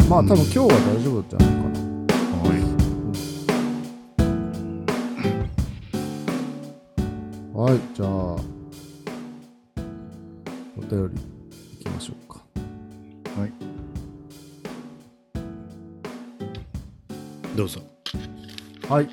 まあ多分今日は大丈夫じゃないかな。はい、じゃあお便りいきましょうか。 はい、どうぞ。 はい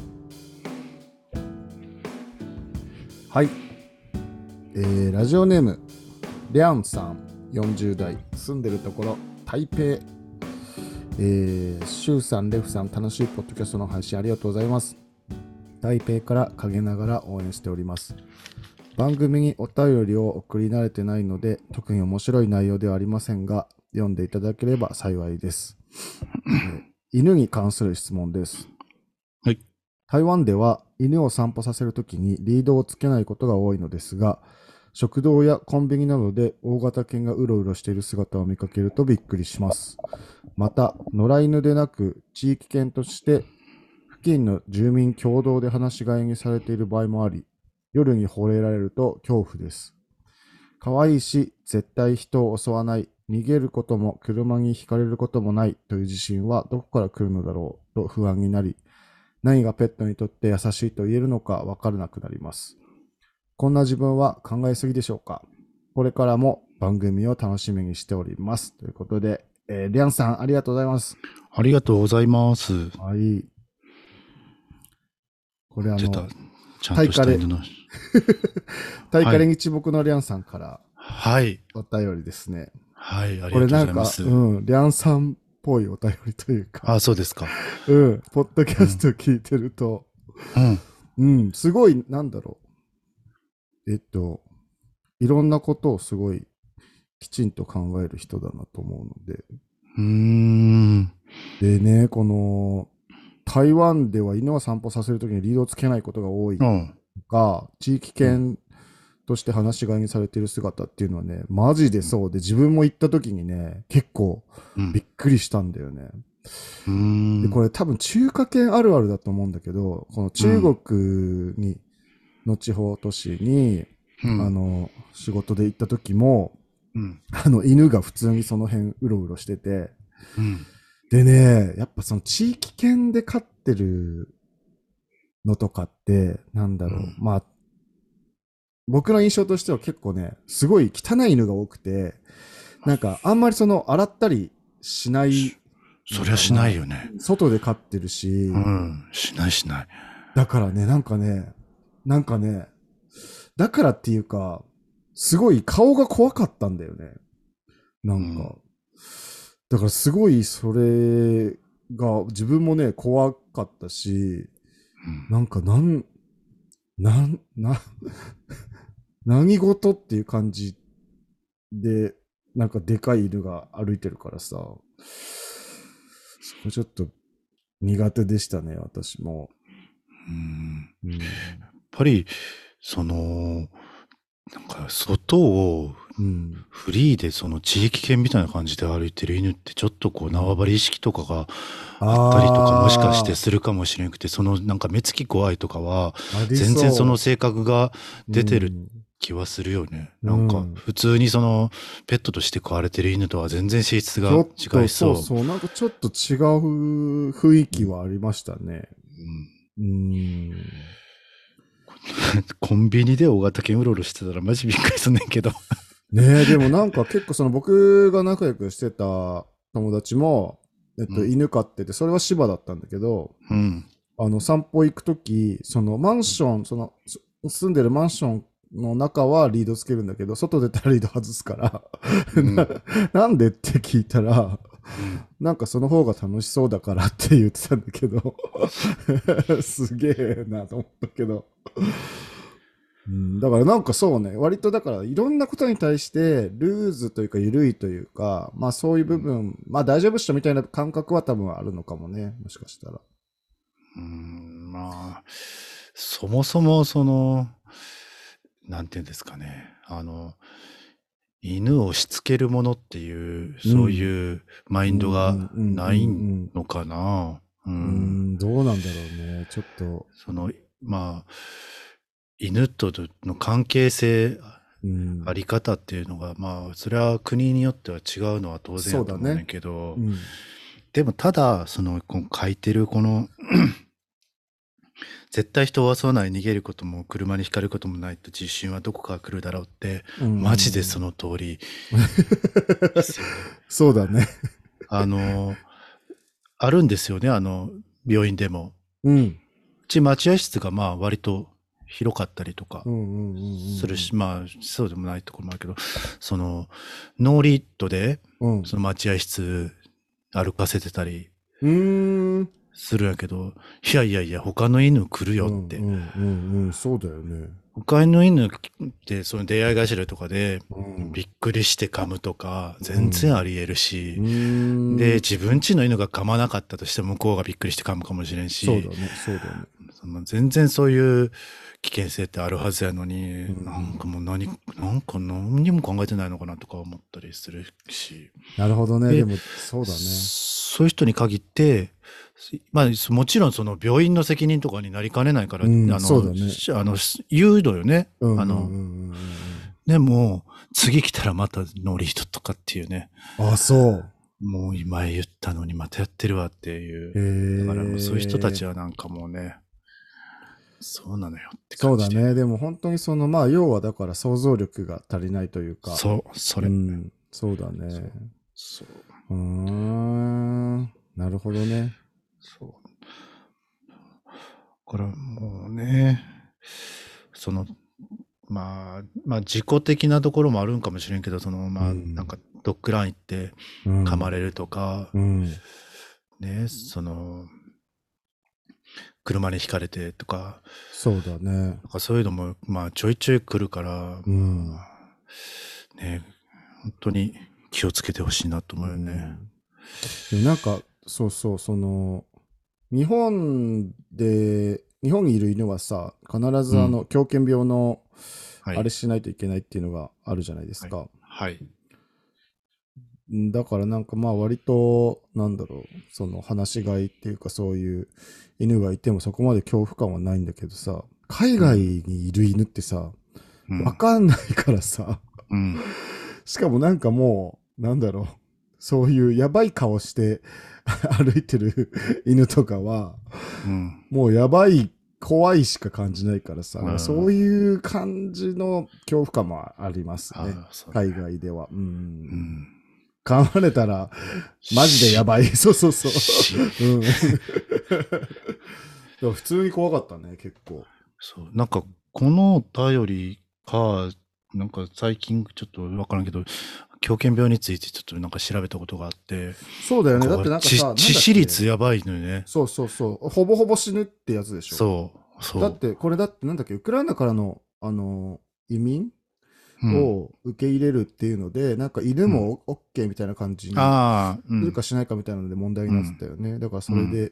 はい、ラジオネームリャンさん、40代、住んでるところ台北。シュウさん、レフさん、楽しいポッドキャストの配信ありがとうございます。台北から陰ながら応援しております。番組にお便りを送り慣れてないので特に面白い内容ではありませんが、読んでいただければ幸いです。犬に関する質問です。 はい。 台湾では犬を散歩させるときにリードをつけないことが多いのですが、食堂やコンビニなどで大型犬がうろうろしている姿を見かけるとびっくりします。また、野良犬でなく地域犬として付近の住民共同で放し飼いにされている場合もあり、夜に惚れられると恐怖です。可愛いし、絶対人を襲わない、逃げることも車にひかれることもないという自信はどこから来るのだろうと不安になり、何がペットにとって優しいと言えるのか分からなくなります。こんな自分は考えすぎでしょうか。これからも番組を楽しみにしております。ということで、リャンさんありがとうございます。 ありがとうございます。 はい。これちゃんとした犬のタイカレ日木のリャンさんからはいお便りですね。 はい、ありがとうございます。 これなんか、リャンさんっぽいお便りというか。 あ、そうですか。 ポッドキャスト聞いてると、すごい、なんだろう。いろんなことをすごいきちんと考える人だなと思うので。でね、この、台湾では犬を散歩させるときにリードをつけないことが多いが、地域犬として放し飼いにされている姿っていうのはね、マジでそうで、自分も行ったときにね、結構びっくりしたんだよね。で、これ多分中華圏あるあるだと思うんだけど、この中国の地方都市に、仕事で行った時も、犬が普通にその辺うろうろしてて、でね、やっぱその地域犬で飼ってるのとかって、なんだろう、まあ、僕の印象としては結構ね、すごい汚い犬が多くて、なんかあんまりその洗ったりしない。 そりゃしないよね。 外で飼ってるし。 しないしない。 だからね、なんかね、だからっていうか、すごい顔が怖かったんだよね。なんか。だからすごいそれが自分もね、怖かったし、なんか何事っていう感じで、なんかでかい犬が歩いてるからさ、そこちょっと苦手でしたね、私も。 やっぱり、なんか外をフリーでその地域犬みたいな感じで歩いてる犬ってちょっとこう縄張り意識とかがあったりとかもしかしてするかもしれなくて、そのなんか目つき怖いとかは全然その性格が出てる気はするよね。なんか普通にそのペットとして飼われてる犬とは全然性質が違いそう。 そう、なんかちょっと違う雰囲気はありましたね。 コンビニで大型犬うろうろしてたらマジびっくりすんねんけど。 ねえ、でもなんか結構その僕が仲良くしてた友達も、犬飼ってて、それは柴だったんだけど、散歩行くとき、そのマンション、住んでるマンションの中はリードつけるんだけど、外出たらリード外すからなんでって聞いたら、なんかその方が楽しそうだからって言ってたんだけどすげえなと思ったけどだからなんかそうね、割とだからいろんなことに対してルーズというか緩いというか、まあそういう部分、まあ大丈夫っしょみたいな感覚は多分あるのかもね、もしかしたら。 まあ、そもそもなんていうんですかね、犬をしつけるものっていう、そういうマインドがないのかな。 どうなんだろうね、ちょっと。 まあ、犬との関係性あり方っていうのが、まあ、それは国によっては違うのは当然だと思うんだけど、でもただ、この書いてるこの絶対人を襲わない、逃げることも車にひかることもないと自信はどこから来るだろうって、マジでその通りですよね。 そうだね。 あるんですよね、病院でも。うち待合室がまあ割と広かったりとかするし、まあそうでもないところもあるけど、ノーリッドで、その待合室歩かせてたりするんやけど、いやいやいや、他の犬来るよって。 そうだよね。 他の犬ってその出会い頭とかでびっくりして噛むとか全然あり得るし、で自分家の犬が噛まなかったとしても向こうがびっくりして噛むかもしれんし、 そうだね。 全然そういう危険性ってあるはずやのに、なんかもう何にも考えてないのかなとか思ったりするし。 なるほどね。でもそうだね。 そういう人に限って、まあ、もちろんその病院の責任とかになりかねないから、 そうだね。 言うのよね。でも、次来たらまたノリ人とかっていうね。 あ、そう。 もう今言ったのにまたやってるわっていう。だからもうそういう人たちはなんかもうね、そうなのよって感じで。 そうだね。でも本当にまあ、要はだから想像力が足りないというか。 そう、それ。 そうだね。 そう。 なるほどね。 そう。これもうね、まあ、自己的なところもあるんかもしれんけど、まあ、なんか、ドッグラン行って、噛まれるとか、ね、車にひかれてとか、 そうだね。 なんかそういうのも、まあ、ちょいちょい来るから、ね、本当に気をつけてほしいなと思うよね。 なんか、そうそう、日本にいる犬はさ、必ず狂犬病の、あれしないといけないっていうのがあるじゃないですか。 はい。 だからなんかまあ割と、なんだろう、放し飼いっていうかそういう犬がいてもそこまで恐怖感はないんだけどさ、海外にいる犬ってさ、わかんないからさ、しかもなんかもう、なんだろう、そういうやばい顔して歩いてる犬とかは、もうやばい、怖いしか感じないからさ、そういう感じの恐怖感もありますね。海外では。噛まれたら、マジでやばい。そう。普通に怖かったね、結構。 そう。なんか、このお便りか、なんか最近ちょっとわからんけど、狂犬病についてちょっとなんか調べたことがあって。 そうだよね。だってなんかさ、 致死率やばいのよね。 そう。ほぼほぼ死ぬってやつでしょ。 そう。 だって、これだってなんだっけ、ウクライナからの、移民を受け入れるっていうので、なんか犬も OK みたいな感じにするかしないかみたいなので問題になってたよね。だからそれで、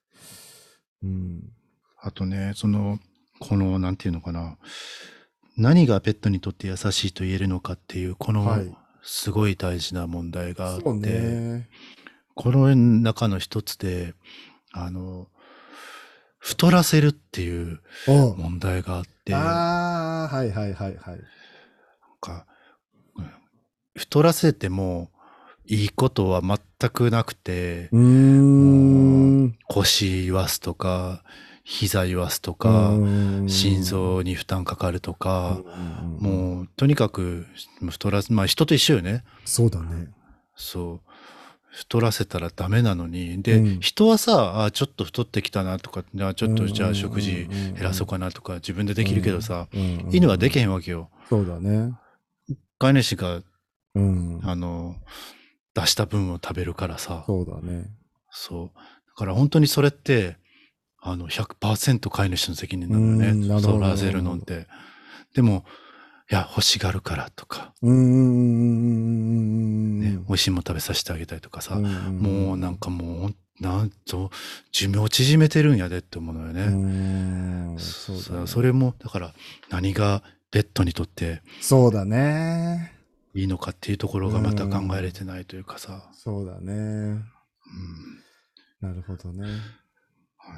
あとね、なんていうのかな。何がペットにとって優しいと言えるのかっていう、すごい大事な問題があって、この中の一つで、太らせるっていう問題があって。 はい。 なんか、太らせてもいいことは全くなくて、腰言わすとか、膝言わすとか、心臓に負担かかるとか、もうとにかくまあ人と一緒よね。 そうだね。 そう。太らせたらダメなのに。で、人はさ、ちょっと太ってきたなとか、ちょっとじゃあ食事減らそうかなとか自分でできるけどさ、犬はできへんわけよ。 そうだね。 飼い主が、出した分を食べるからさ。 そうだね。 そう。だから本当にそれって、100% 飼い主の責任なのよね。太らせるのって。でも、いや、欲しがるからとか。ね、美味しいもの食べさせてあげたいとかさ。もうなんかもう、寿命縮めてるんやでって思うのよね。それも、だから何がペットにとって。 そうだね。 いいのかっていうところがまた考えれてないというかさ。 そうだね。なるほどね。 はい。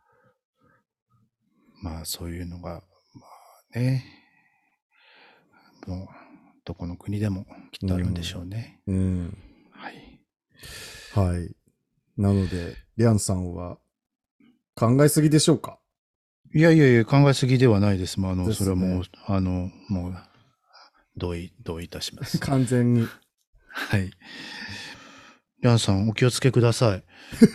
まあそういうのが、まあね。 もうどこの国でもきっとあるんでしょうね。はい。 はい。なので、リャンさんは考えすぎでしょうか？ いやいやいや、考えすぎではないです。まあ、 ですね、 それはもう、もう、同意いたします。 完全に。 はい。リャンさん、お気をつけください。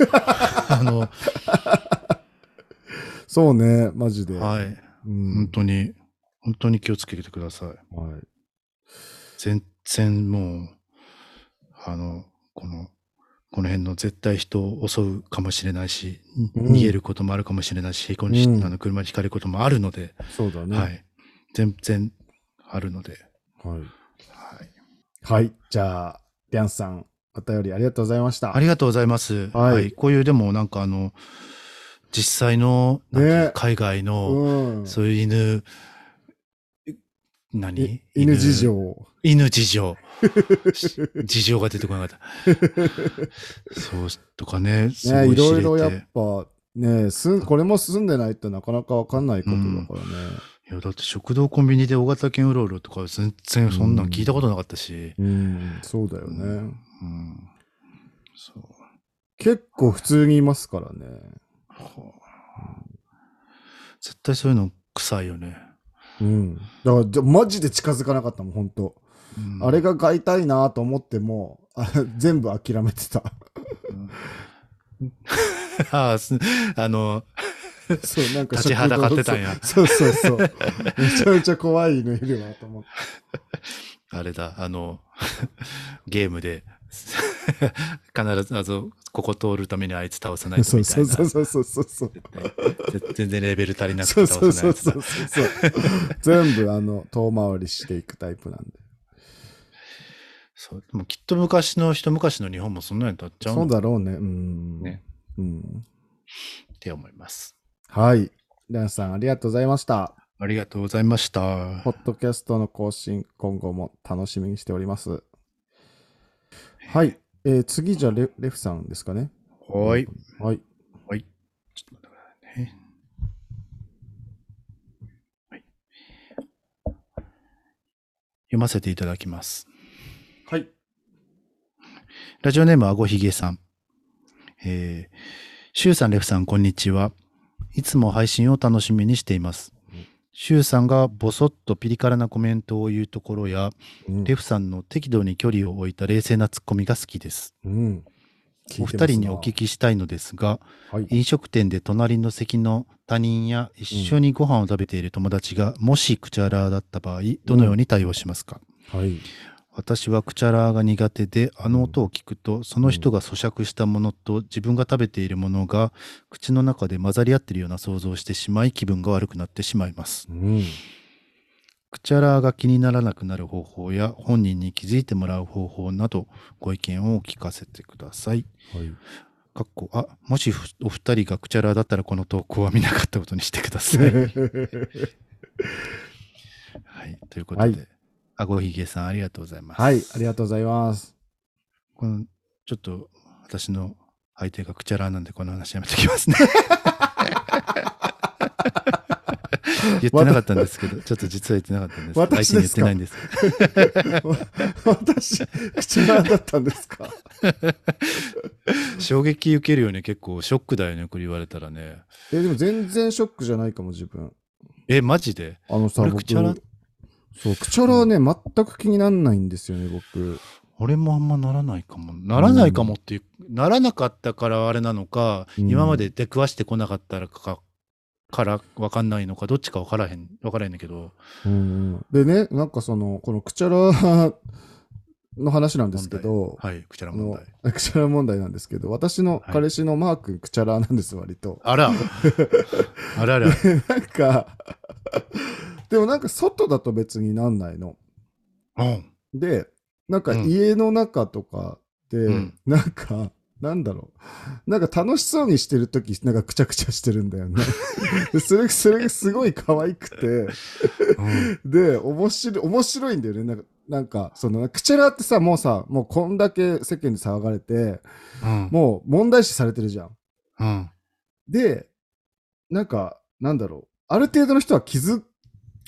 そうね、マジで。 はい。本当に気をつけてください。はい。全然もう、この辺の絶対人を襲うかもしれないし、逃げることもあるかもしれないし、車にひかれることもあるので、 そうだね。 はい。全然あるので。 はい。はい。じゃあ、リャンさん、お便りありがとうございました。 ありがとうございます。はい。こういうでもなんか実際の、海外の、そういう犬事情。犬事情。事情が出てこなかった。そうとかね、すごい知れて。いろいろやっぱ、ね、これも住んでないとなかなかわかんないことだからね。 いや、だって食堂コンビニで大型犬うろうろとか全然そんなん聞いたことなかったし。 そうだよね。そう。結構普通にいますからね。 絶対そういうの臭いよね。 だからマジで近づかなかったもん、本当。あれが飼いたいなと思っても、全部諦めてた。 そう、なんか立ちはだかってたんや。 そう。めちゃめちゃ怖い犬いるわと思って。 あれだ、ゲームで、必ず、ここ通るためにあいつ倒さないとみたいな。 そう。 全然レベル足りなくて倒さないやつだ。 全部、遠回りしていくタイプなんで。 そう、でもきっと昔の日本もそんなに経っちゃうの。 そうだろうね。 ね。って思います。 はい。リャンさん、ありがとうございました。 ありがとうございました。 ポッドキャストの更新、今後も楽しみにしております。はい。次、じゃあレフさんですかね。 はい。ちょっと待ってくださいね。はい。読ませていただきます。 はい。 ラジオネームあごひげさん。シュウさん、レフさん、こんにちは。いつも配信を楽しみにしています。シュウさんがボソッとピリ辛なコメントを言うところや、レフさんの適度に距離を置いた冷静なツッコミが好きです。お二人にお聞きしたいのですが、飲食店で隣の席の他人や一緒にご飯を食べている友達がもしクチャラーだった場合、どのように対応しますか？私はクチャラーが苦手で、あの音を聞くと、その人が咀嚼したものと自分が食べているものが口の中で混ざり合っているような想像をしてしまい、気分が悪くなってしまいます。クチャラーが気にならなくなる方法や本人に気づいてもらう方法などご意見を聞かせてください。もしお二人がクチャラーだったらこの投稿は見なかったことにしてください。はい、ということで。あごひげさん、ありがとうございます。 はい、ありがとうございます。 ちょっと、私の相手がクチャラーなんで、この話やめときますね。言ってなかったんですけど、ちょっと実は言ってなかったんです。相手に言ってないんです。 私、クチャラーだったんですか？ 衝撃受けるよね、結構ショックだよね、これ言われたらね。 でも全然ショックじゃないかも、自分。 マジで？ クチャラーね、全く気にならないんですよね、僕。 俺もあんまならないかも。ならないかもっていう、ならなかったからあれなのか、今まで出くわしてこなかったから分かんないのか、どっちか分からへんねんけど。 でね、なんかこのクチャラの話なんですけど、 クチャラ問題。 クチャラ問題なんですけど、私の彼氏のマー君、クチャラなんです、割と。 あら。あらら。 なんか、でもなんか外だと別になんないの。で、なんか家の中とかで、なんか、なんだろう。なんか楽しそうにしてるとき、なんかくちゃくちゃしてるんだよね。それがすごい可愛くて、で、面白いんだよね。なんか、クチャラってさ、もうこんだけ世間で騒がれて、もう問題視されてるじゃん。で、なんか、なんだろう。ある程度の人は気づ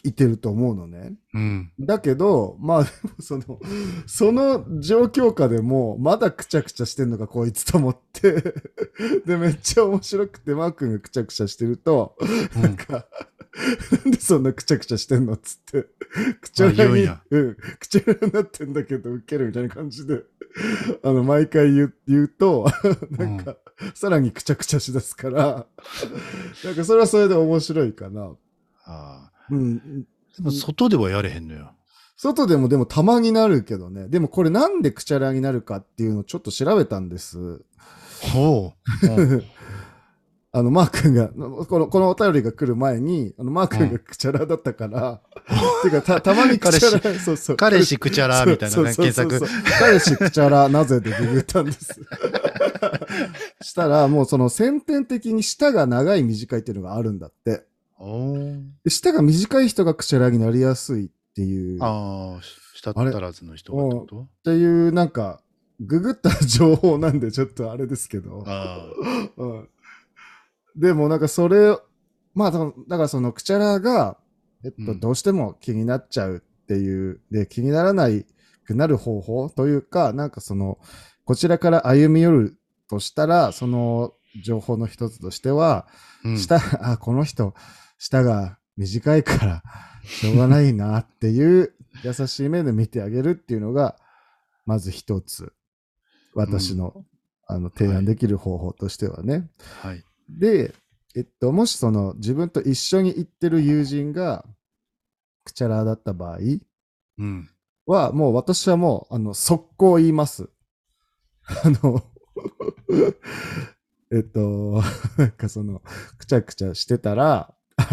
いてると思うのね。 うん。 だけど、まあ、その状況下でも、まだくちゃくちゃしてんのか、こいつと思って。で、めっちゃ面白くて、マー君がくちゃくちゃしてると、なんか、なんでそんなくちゃくちゃしてんのっつって、くちゃらに、くちゃらになってんだけど、ウケるみたいな感じで、毎回言うと、なんか、さらにくちゃくちゃしだすから、なんかそれはそれで面白いかな。 ああ。うん。でも外ではやれへんのよ。 外でもでもたまになるけどね。でもこれなんでくちゃらになるかっていうのをちょっと調べたんです。 ほう。 マー君が、このお便りが来る前に、マー君がくちゃらだったから、てかたまにくちゃら、 彼氏くちゃらみたいな検索。 彼氏くちゃらなぜでググったんです。したら、もうその先天的に舌が長い短いっていうのがあるんだって。舌が短い人がくちゃらになりやすいっていう。 ああ、舌足らずの人がってこと？ っていう、なんか、ググった情報なんでちょっとあれですけど。でもなんかそれ、まあだからそのくちゃらが、どうしても気になっちゃうっていう、で、気にならないくなる方法というか、なんかこちらから歩み寄るとしたら、その情報の一つとしては、この人、舌が短いからしょうがないなっていう優しい目で見てあげるっていうのが、まず一つ、私の、提案できる方法としてはね。 はい。 で、もし自分と一緒に行ってる友人がくちゃらだった場合は、もう私はもう、速攻言います。なんかくちゃくちゃしてたら、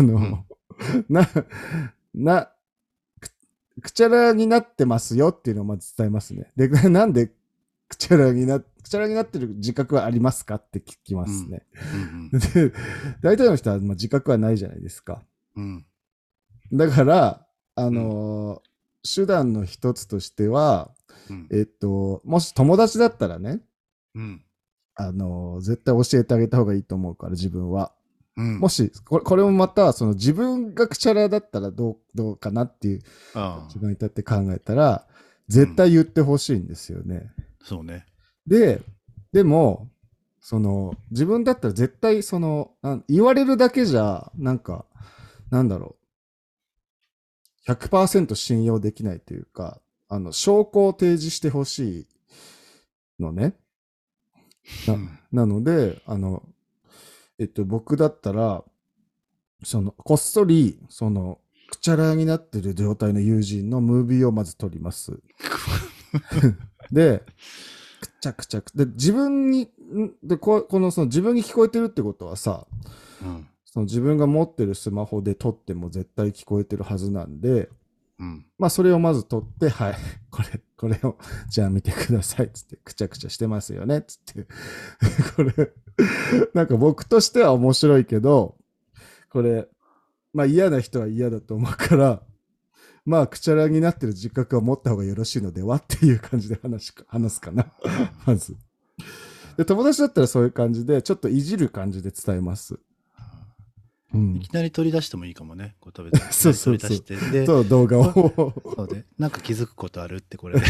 くちゃらになってますよっていうのをまず伝えますね。で、なんでくちゃらになってる自覚はありますかって聞きますね。で、大体の人は自覚はないじゃないですか。だから、手段の一つとしては、もし友達だったらね、絶対教えてあげた方がいいと思うから、自分は。もしこれもまた自分がくちゃらだったらどうかなっていう自分に至って考えたら絶対言ってほしいんですよね。 そうね。 でも自分だったら絶対言われるだけじゃなんだろう 100% 信用できないというか証拠を提示してほしいのね。なので僕だったら、こっそり、くちゃらになってる状態の友人のムービーをまず撮ります。で、くちゃくちゃ、で、自分に聞こえてるってことはさ、自分が持ってるスマホで撮っても絶対聞こえてるはずなんで、まあ、それをまず撮って、はい、これを、じゃあ見てください、つって、くちゃくちゃしてますよね、つって。これ、なんか僕としては面白いけど、これ、まあ嫌な人は嫌だと思うから、まあくちゃらになってる自覚は持った方がよろしいのではっていう感じで話すかな。まず。で、友達だったらそういう感じで、ちょっといじる感じで伝えます。 いきなり取り出してもいいかもね。食べて取り出して。で、そう、動画を。 そうで、なんか気づくことあるってこれで。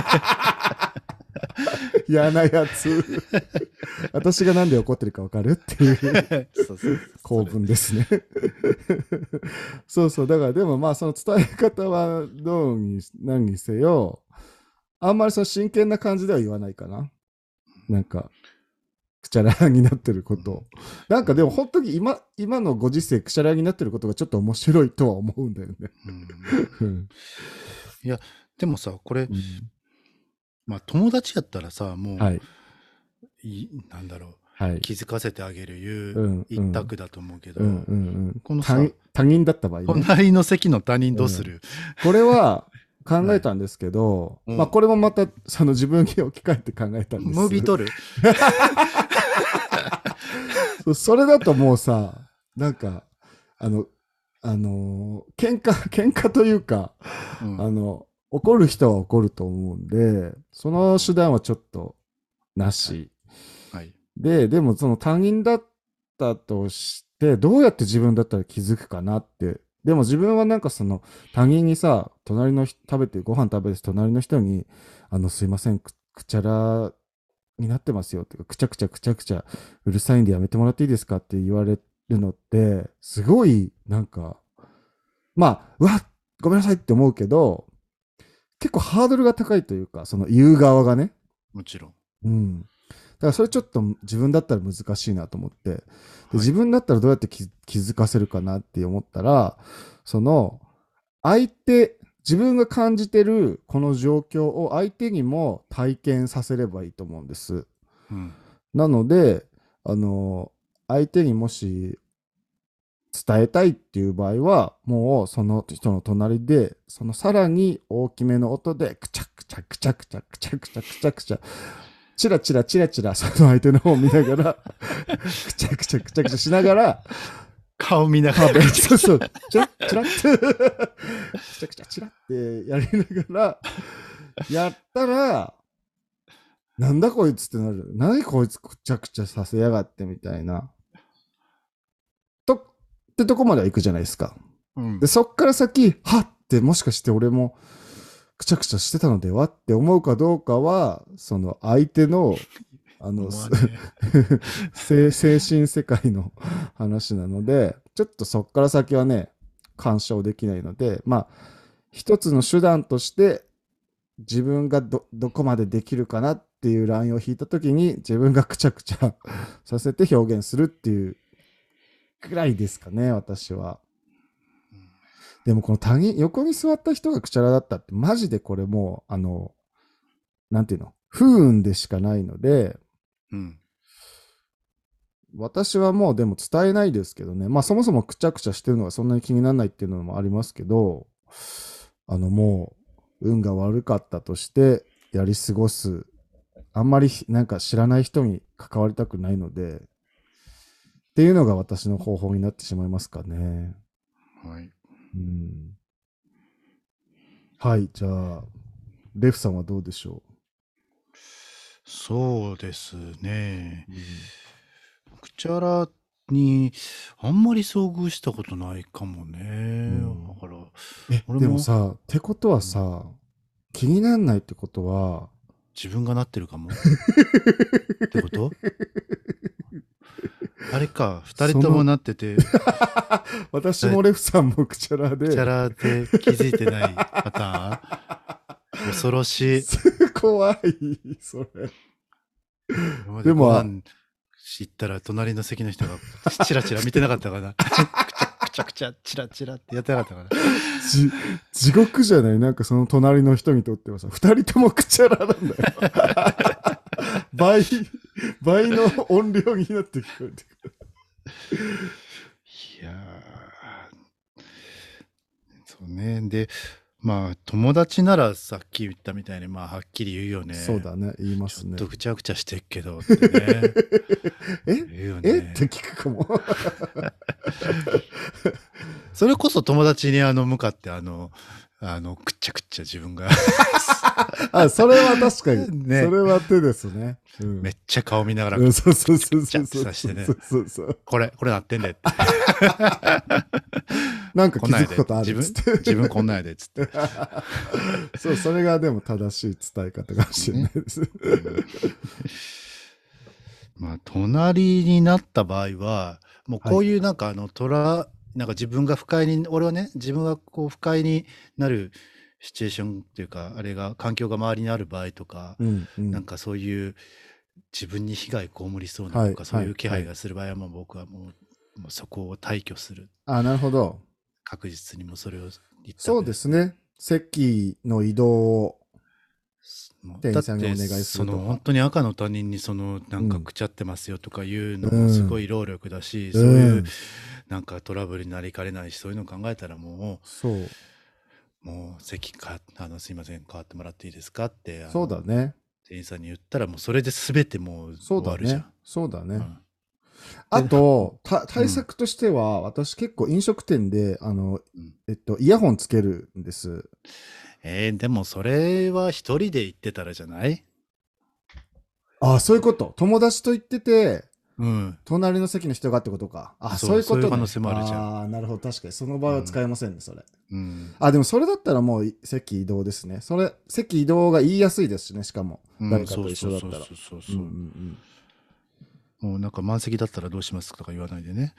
嫌なやつ。私がなんで怒ってるか分かるっていう構文ですね。そうそう。だからでもまあその伝え方は何にせよ、あんまり真剣な感じでは言わないかな。なんか、くちゃらになってることを。なんかでも本当に今のご時世くちゃらになってることがちょっと面白いとは思うんだよね。 いや、でもさ、これ、まあ友達やったらさ、もう、なんだろう、気づかせてあげる一択だと思うけど、このさ、 他人だった場合ね。 隣の席の他人どうする？ これは考えたんですけど、まあこれもまた自分に置き換えて考えたんです。 ムービー撮る？ それだともうさ、なんか喧嘩というか、怒る人は怒ると思うんで、その手段はちょっとなし。でも他人だったとして、どうやって自分だったら気づくかなってでも自分はなんかその他人にさ、隣の人食べて、ご飯食べて隣の人に、すいません、くちゃらになってますよってか、くちゃくちゃくちゃくちゃうるさいんでやめてもらっていいですかって言われるのって、すごいなんか、まあ、うわ、ごめんなさいって思うけど、結構ハードルが高いというか、その言う側がね。 もちろん。 うん。だからそれちょっと自分だったら難しいなと思って、ではい。 自分だったらどうやって気づかせるかなって思ったら、その相手、自分が感じてるこの状況を相手にも体験させればいいと思うんです。 うん。 なので、あの、相手にもし伝えたいっていう場合は、もうその人の隣で、そのさらに大きめの音で、くちゃくちゃくちゃくちゃくちゃくちゃくちゃくちゃ、チラチラチラチラその相手の方を見ながら、くちゃくちゃくちゃくちゃしながら、 顔見ながら。 そうそう、チラチラって、くちゃくちゃチラってやりながら、やったら、なんだこいつってなる。何こいつくちゃくちゃさせやがってみたいな。ってとこまでは行くじゃないですか。 うん。 で、そっから先、はってもしかして俺もくちゃくちゃしてたのではって思うかどうかは、その相手の、精神世界の話なので、ちょっとそっから先はね、干渉できないので、まあ、一つの手段として自分がどこまでできるかなっていうラインを引いたときに自分がくちゃくちゃさせて表現するっていうぐらいですかね、私は。でもこの横に座った人がくちゃらだったってマジでこれもう、なんていうの、不運でしかないので、 うん。 私はもうでも伝えないですけどね。まあそもそもくちゃくちゃしてるのがそんなに気にならないっていうのもありますけど、もう運が悪かったとしてやり過ごす。あんまりなんか知らない人に関わりたくないので、っていうのが私の方法になってしまいますかね。 はい。 うん。はい、じゃあ、レフさんはどうでしょそうですね。 う？うん、 くちゃらにあんまり遭遇したことないかもね。だから、俺も、 でもさ、ってことはさ、気にならないってことは、 自分がなってるかもってことあれか、二人ともその、 なってて、 私もレフさんもくちゃらくちゃで、 らで気づいてないパターン恐ろしい。 怖い、それ。 今まででも、 ご飯行ったら隣の席の人がチラチラ見てなかったかな。くちゃくちゃチラチラってやってなかったかな。 地獄じゃない？なんかその隣の人にとってはさ、二人ともくちゃらなんだよ。倍、倍の音量になって聞こえてくる。 いやー、そうね。で、まあ、友達ならさっき言ったみたいに、まあ、はっきり言うよね。 そうだね、言いまちょっすね。 とぐちゃぐちゃしてっけどってね。言うよってね。 聞くかも。 それこそ友達に向かってくっちゃくっちゃ自分があ、それは確かに。そね、 れは手ですね。うん。 めっちゃ顔見ながらうん、 くそうそうそうちゃってそうそうさしてね。 そうそう。 これなってんでって。 なんか気こんなんやで。 づくことあるっつって。 自分こんなんやでっつって。 そう、それがでも正しい伝え方かもしれないです。 まあ、隣になった場合は、もうこういうなんかなんか自分が不快に、俺はね、自分がこう不快になるシチュエーションっていうか、あれが、環境が周りにある場合とか、 うんうん。 なんかそういう自分に被害被りそうなはいとか、そうはいはい。 いう気配がする場合は、もう僕はもうそこを退去する。 あ、なるほど。 確実にもうそれを一そう択ですね。 ですね。席の移動をもうだっ店員さんにおて、 願いするとか。 本当に赤の他人になんかうん。 くちゃってますよとかいうのうもすごいん。 労力だし、 うそういうん。 なんかトラブルになりかねないし、そういうの考えたらそう。 もう席か、すいません、変わってもらっていいですかって、 そうだね。 店員さんに言ったらもうそれで全てもうそうだね。 終わるじゃん。 そうだね。 うん。 あで、 と、 うん。 対策としては、私結構飲食店で、 うん。 イヤホンつけるんです。 でもそれは一人で行ってたらじゃない？ あ、そういうこと。友達と行ってて、 うん。 隣の席の人がってことか。あ、 そう、 そういうことね。 そういう可能性もあるじゃん。 ああ、なるほど。確かに。その場合は使えませんね、それ。 うん。 あ、でもそれだったらもう席移動ですね。それ、席移動が言いやすいですしね、しかも。 うん、 誰かとそう一緒だったら。 そうそうそううんうそう。 んもうなんか満席だったらどうしますとか言わないでね。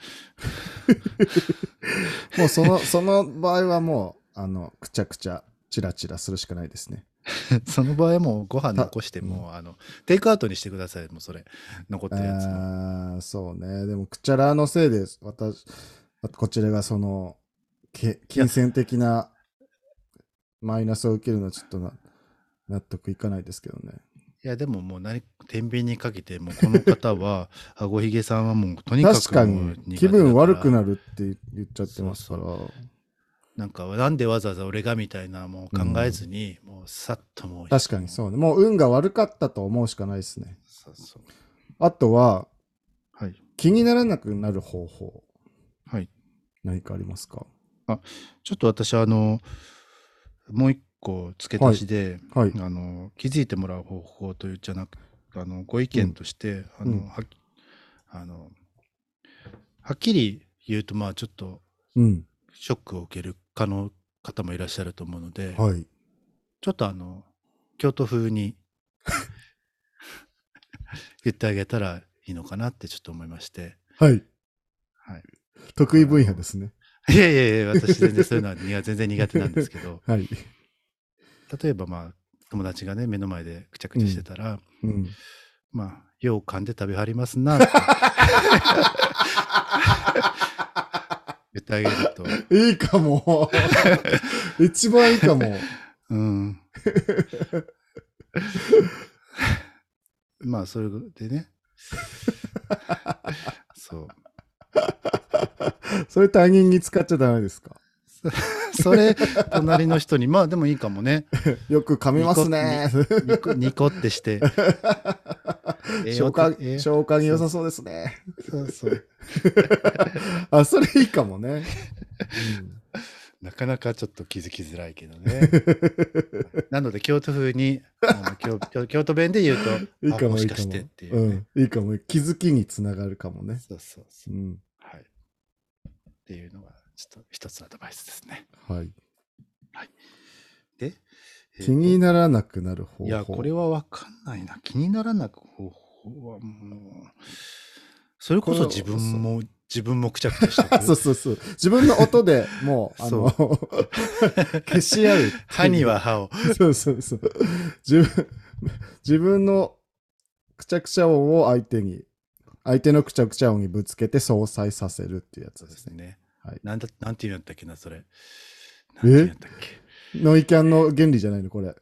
もうその場合はもう、くちゃくちゃ、チラチラするしかないですね。 その場合はもうご飯残してうん、 も、テイクアウトにしてください。もうそれ。残ってるやつの。 そうね。でも、くちゃらのせいで、こちらがいや、 金銭的なマイナスを受けるのはちょっと納得いかないですけどね。 いやでももう天秤にかけて、もうこの方は、あごひげさんはもうとにかく確かにもう苦手だから。 気分悪くなるって言っちゃってますから。 なんか、なんでわざわざ俺がみたいなもう考えずに、もうさっともう。 確かにそうね。もう運が悪かったと思うしかないですね。 そうそう。 あとは、 はい。 気にならなくなる方法。 はい。 何かありますか？ ちょっと私もう一個付け足しで、 はい。 気づいてもらう方法というじゃなく、ご意見として、はっきり言うと、まあちょっと、ショックを受ける方もいらっしゃると思うので、 はい。 ちょっと京都風に言ってあげたらいいのかなってちょっと思いまして。 はい。 はい。 得意分野ですね。 いやいやいや、私全然そういうのは全然苦手なんですけど、 はい。 例えばまあ、友達がね、目の前でくちゃくちゃしてたら、まあ、よう噛んで食べはりますなって言ってあげると。 いいかも。一番いいかも。 うん。まあ、それでね。そう。 それ他人に使っちゃダメですか？ それ、隣の人に、まあでもいいかもね。 よく噛みますね。 ニコってして。 消化に良さそうですね。 そうそう。 あ、それいいかもね。 なかなかちょっと気づきづらいけどね。なので、京都風に、京都弁で言うと、 いいかももしかしてっていうね。 いいかも。気づきにつながるかもね。 そうそうそう。はい。っていうのが、ちょっと一つアドバイスですね。 はい。 はい。で、 気にならなくなる方法。 いや、これはわかんないな。気にならなく方法はもう、それこそ自分もくちゃくちゃしてそうそうそう。自分の音でもう、消し合う。 歯には歯を。 そうそうそう。自分のくちゃくちゃ音を相手のくちゃくちゃ音にぶつけて相殺させるっていうやつですね。 はい。なんて言うんやったっけな、それ。 なんて言うんやったっけ。ノイキャンの原理じゃないの、これ。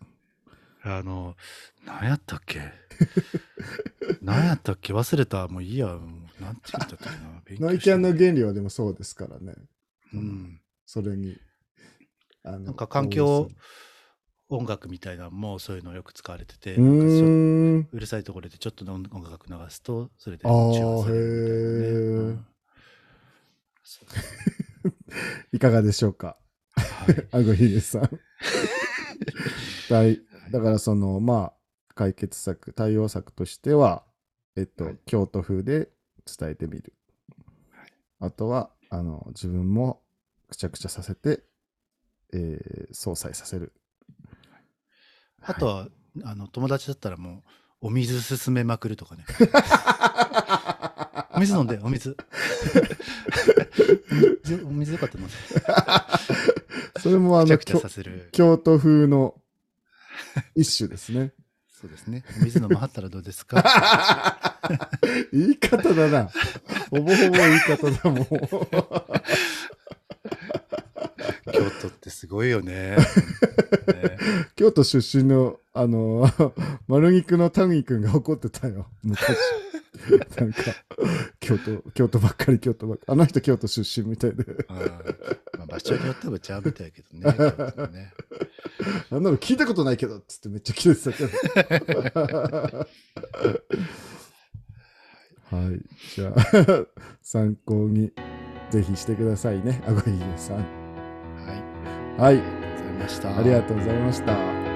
何やったっけ何やったっけ忘れた。もういいや。なんて言ったっけな。 ノイキャンの原理はでもそうですからね。それに。 なんか環境音楽みたいなのもそういうのよく使われてて、うるさいところでちょっと音楽流すと、それで中和されるみたいなね。 いかがでしょうか。あごひげさん。だからまあ、解決策、対応策としては、京都風で伝えてみる。あとは、自分もくちゃくちゃさせて、相殺させる。 あとは、友達だったらもう、お水進めまくるとかね。お水飲んで、お水。お水よかったので。 それも京都風の一種ですね。 そうですね。お水飲まはったらどうですか？ 言い方だな。ほぼほぼ言い方だもん。 京都ってすごいよね。 京都出身の、丸肉の谷君が怒ってたよ。昔。なんか、京都ばっかり。あの人京都出身みたいで。 まあ、場所によってはちゃうみたいけどね。京都ね。 あんなの聞いたことないけどっつってめっちゃキレてたけど。はい。じゃあ、参考にぜひしてくださいね。あごひげさん。 はい。 はい。 ありがとうございました。 ありがとうございました。